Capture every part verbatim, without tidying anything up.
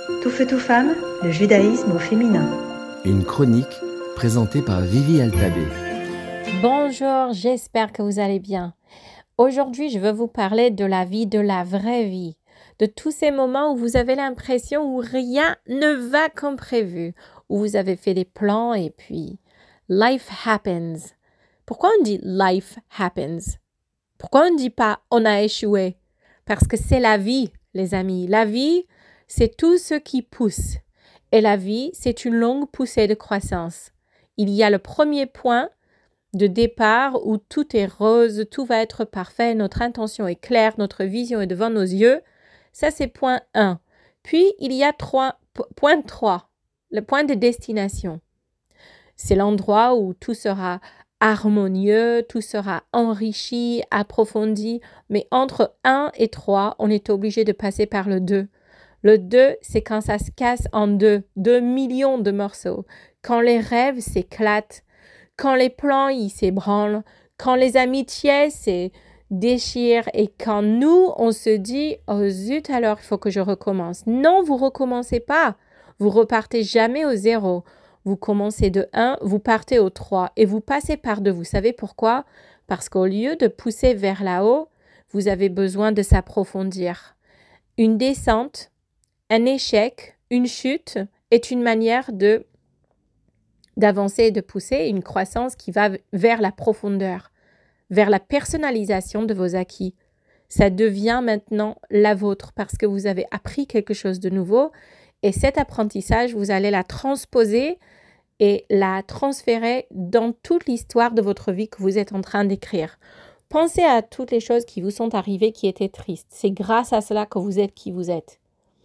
Tout feu, tout femme, le judaïsme au féminin. Une chronique présentée par Vivi Altabé. Bonjour, j'espère que vous allez bien. Aujourd'hui, je veux vous parler de la vie, de la vraie vie, de tous ces moments où vous avez l'impression où rien ne va comme prévu, où vous avez fait des plans et puis life happens. Pourquoi on dit life happens? Pourquoi on ne dit pas on a échoué? Parce que c'est la vie, les amis. La vie, c'est tout ce qui pousse. Et la vie, c'est une longue poussée de croissance. Il y a le premier point de départ où tout est rose, tout va être parfait, notre intention est claire, notre vision est devant nos yeux. Ça, c'est point un. Puis, il y a trois, point trois, le point de destination. C'est l'endroit où tout sera harmonieux, tout sera enrichi, approfondi. Mais entre un et trois, on est obligé de passer par le deux. Le deux, c'est quand ça se casse en deux, deux millions de morceaux. Quand les rêves s'éclatent, quand les plans ils s'ébranlent, quand les amitiés se déchirent et quand nous, on se dit « Oh zut, alors il faut que je recommence ». Non, vous recommencez pas. Vous repartez jamais au zéro. Vous commencez de un, vous partez au trois et vous passez par deux. Vous savez pourquoi? Parce qu'au lieu de pousser vers là-haut, vous avez besoin de s'approfondir. Une descente, un échec, une chute est une manière de d'avancer et de pousser, une croissance qui va vers la profondeur, vers la personnalisation de vos acquis. Ça devient maintenant la vôtre parce que vous avez appris quelque chose de nouveau et cet apprentissage, vous allez la transposer et la transférer dans toute l'histoire de votre vie que vous êtes en train d'écrire. Pensez à toutes les choses qui vous sont arrivées qui étaient tristes. C'est grâce à cela que vous êtes qui vous êtes.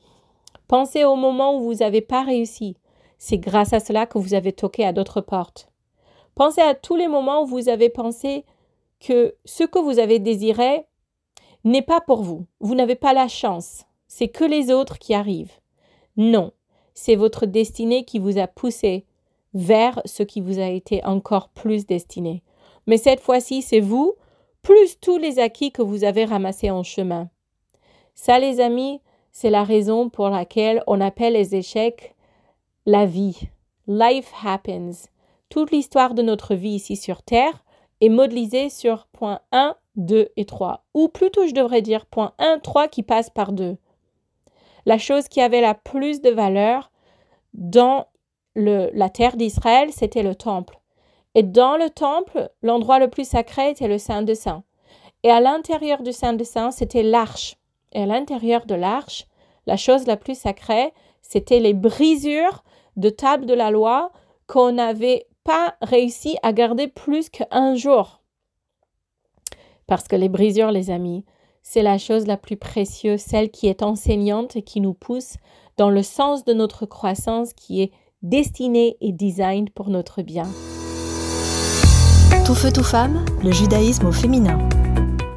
Pensez au moment où vous n'avez pas réussi. C'est grâce à cela que vous avez toqué à d'autres portes. Pensez à tous les moments où vous avez pensé que ce que vous avez désiré n'est pas pour vous. Vous n'avez pas la chance. C'est que les autres qui arrivent. Non, c'est votre destinée qui vous a poussé vers ce qui vous a été encore plus destiné. Mais cette fois-ci, c'est vous, plus tous les acquis que vous avez ramassés en chemin. Ça, les amis, c'est la raison pour laquelle on appelle les échecs la vie. Life happens. Toute l'histoire de notre vie ici sur Terre est modélisée sur point un, deux et trois. Ou plutôt, je devrais dire point un, trois qui passe par deux. La chose qui avait la plus de valeur dans le, la terre d'Israël, c'était le temple. Et dans le temple, l'endroit le plus sacré était le Saint des Saints. Et à l'intérieur du Saint des Saints, c'était l'arche. Et à l'intérieur de l'arche, la chose la plus sacrée, c'était les brisures de table de la loi qu'on n'avait pas réussi à garder plus qu'un jour. Parce que les brisures, les amis, c'est la chose la plus précieuse, celle qui est enseignante et qui nous pousse dans le sens de notre croissance qui est destinée et design pour notre bien. Tout feu, tout femme, le judaïsme au féminin.